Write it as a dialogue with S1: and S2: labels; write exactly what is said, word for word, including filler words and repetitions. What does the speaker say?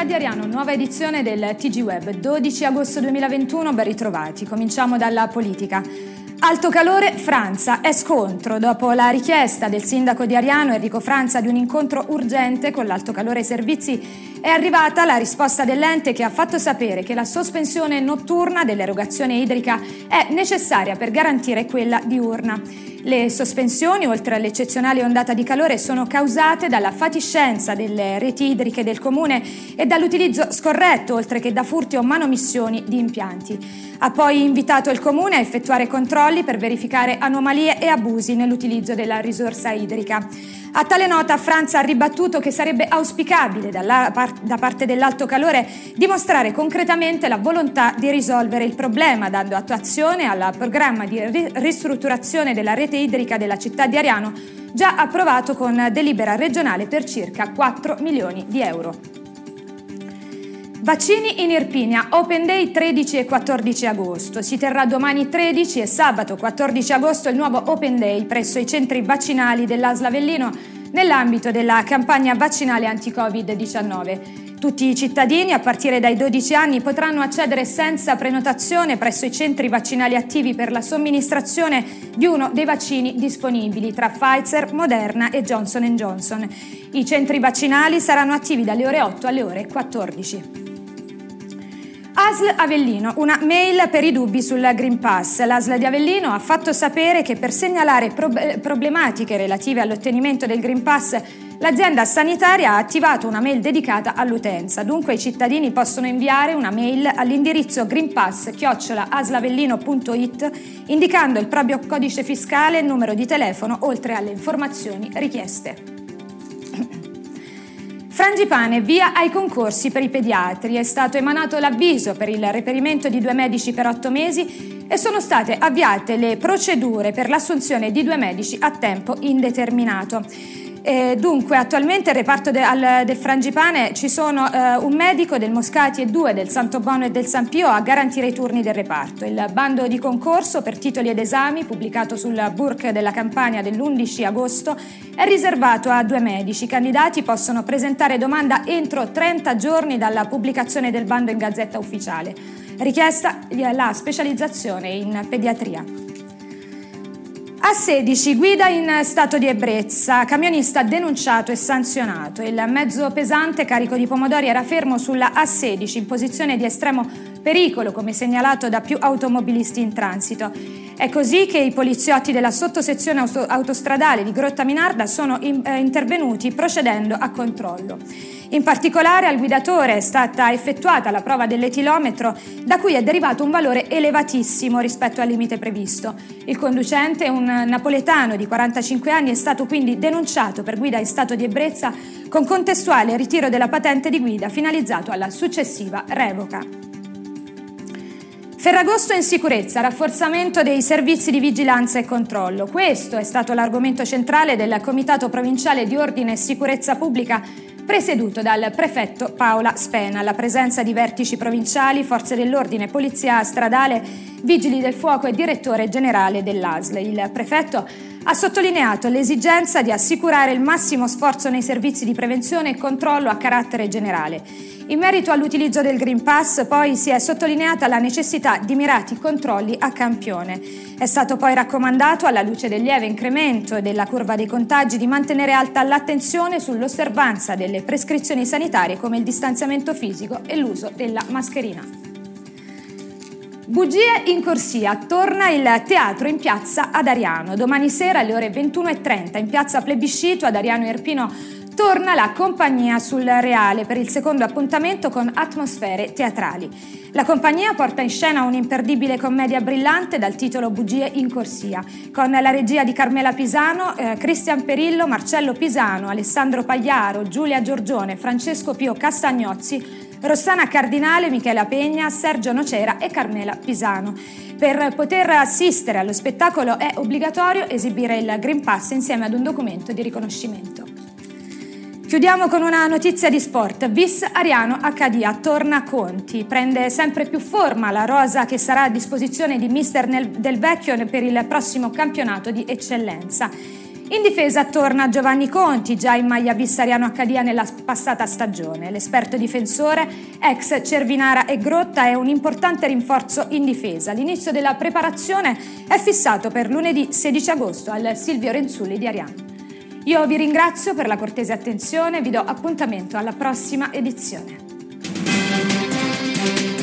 S1: Città di Ariano, nuova edizione del T G Web, dodici agosto duemilaventuno, ben ritrovati. Cominciamo dalla politica. Alto calore, Franza, è scontro. Dopo la richiesta del sindaco di Ariano, Enrico Franza, di un incontro urgente con l'Alto Calore Servizi, è arrivata la risposta dell'ente che ha fatto sapere che la sospensione notturna dell'erogazione idrica è necessaria per garantire quella diurna. Le sospensioni, oltre all'eccezionale ondata di calore, sono causate dalla fatiscenza delle reti idriche del comune e dall'utilizzo scorretto, oltre che da furti o manomissioni di impianti. Ha poi invitato il comune a effettuare controlli per verificare anomalie e abusi nell'utilizzo della risorsa idrica. A tale nota Franza ha ribattuto che sarebbe auspicabile dalla par- da parte dell'Alto Calore dimostrare concretamente la volontà di risolvere il problema, dando attuazione al programma di ri- ristrutturazione della rete idrica della città di Ariano, già approvato con delibera regionale per circa quattro milioni di euro. Vaccini in Irpinia, Open Day tredici e quattordici agosto. Si terrà domani tredici e sabato quattordici agosto il nuovo Open Day presso i centri vaccinali dell'A S L Avellino nell'ambito della campagna vaccinale anti-covid diciannove. Tutti i cittadini a partire dai dodici anni potranno accedere senza prenotazione presso i centri vaccinali attivi per la somministrazione di uno dei vaccini disponibili tra Pfizer, Moderna e Johnson and Johnson. I centri vaccinali saranno attivi dalle ore otto alle ore quattordici. A S L Avellino, una mail per i dubbi sul Green Pass. L'A S L di Avellino ha fatto sapere che per segnalare prob- problematiche relative all'ottenimento del Green Pass, l'azienda sanitaria ha attivato una mail dedicata all'utenza. Dunque i cittadini possono inviare una mail all'indirizzo greenpass chiocciola aslavellino punto it indicando il proprio codice fiscale e numero di telefono, oltre alle informazioni richieste. Frangipane, via ai concorsi per i pediatri. È stato emanato l'avviso per il reperimento di due medici per otto mesi e sono state avviate le procedure per l'assunzione di due medici a tempo indeterminato. E dunque attualmente il reparto de, al, del Frangipane ci sono eh, un medico del Moscati e due del Santo Bono e del San Pio a garantire i turni del reparto. Il bando di concorso per titoli ed esami, pubblicato sul B U R C della Campania dell'undici agosto, è riservato a due medici. I candidati possono presentare domanda entro trenta giorni dalla pubblicazione del bando in Gazzetta Ufficiale. Richiesta la specializzazione in pediatria. A sedici, guida in stato di ebbrezza, camionista denunciato e sanzionato. Il mezzo pesante carico di pomodori era fermo sulla A sedici in posizione di estremo pericolo, come segnalato da più automobilisti in transito. È così che i poliziotti della sottosezione auto- autostradale di Grotta Minarda sono in- eh, intervenuti procedendo a controllo. In particolare al guidatore è stata effettuata la prova dell'etilometro, da cui è derivato un valore elevatissimo rispetto al limite previsto. Il conducente, un napoletano di quarantacinque anni, è stato quindi denunciato per guida in stato di ebbrezza con contestuale ritiro della patente di guida finalizzato alla successiva revoca. Ferragosto in sicurezza, rafforzamento dei servizi di vigilanza e controllo. Questo è stato l'argomento centrale del Comitato Provinciale di Ordine e Sicurezza Pubblica presieduto dal prefetto Paola Spena, alla presenza di vertici provinciali, forze dell'ordine, polizia stradale, vigili del fuoco e direttore generale dell'A S L. Il prefetto ha sottolineato l'esigenza di assicurare il massimo sforzo nei servizi di prevenzione e controllo a carattere generale. In merito all'utilizzo del Green Pass, poi, si è sottolineata la necessità di mirati controlli a campione. È stato poi raccomandato, alla luce del lieve incremento della curva dei contagi, di mantenere alta l'attenzione sull'osservanza delle prescrizioni sanitarie come il distanziamento fisico e l'uso della mascherina. Bugie in corsia, torna il teatro in piazza ad Ariano. Domani sera alle ore ventuno e trenta in piazza Plebiscito ad Ariano Irpino torna la Compagnia sul Reale per il secondo appuntamento con atmosfere teatrali. La compagnia porta in scena un'imperdibile commedia brillante dal titolo Bugie in corsia, con la regia di Carmela Pisano, eh, Cristian Perillo, Marcello Pisano, Alessandro Pagliaro, Giulia Giorgione, Francesco Pio Castagnozzi, Rossana Cardinale, Michela Pegna, Sergio Nocera e Carmela Pisano. Per poter assistere allo spettacolo è obbligatorio esibire il Green Pass insieme ad un documento di riconoscimento. Chiudiamo con una notizia di sport. Vis Ariano Accadia torna Conti. Prende sempre più forma la rosa che sarà a disposizione di mister Del Vecchio per il prossimo campionato di eccellenza. In difesa torna Giovanni Conti, già in maglia Vissariano acca di nella passata stagione. L'esperto difensore, ex Cervinara e Grotta, è un importante rinforzo in difesa. L'inizio della preparazione è fissato per lunedì sedici agosto al Silvio Renzulli di Ariano. Io vi ringrazio per la cortese attenzione e vi do appuntamento alla prossima edizione.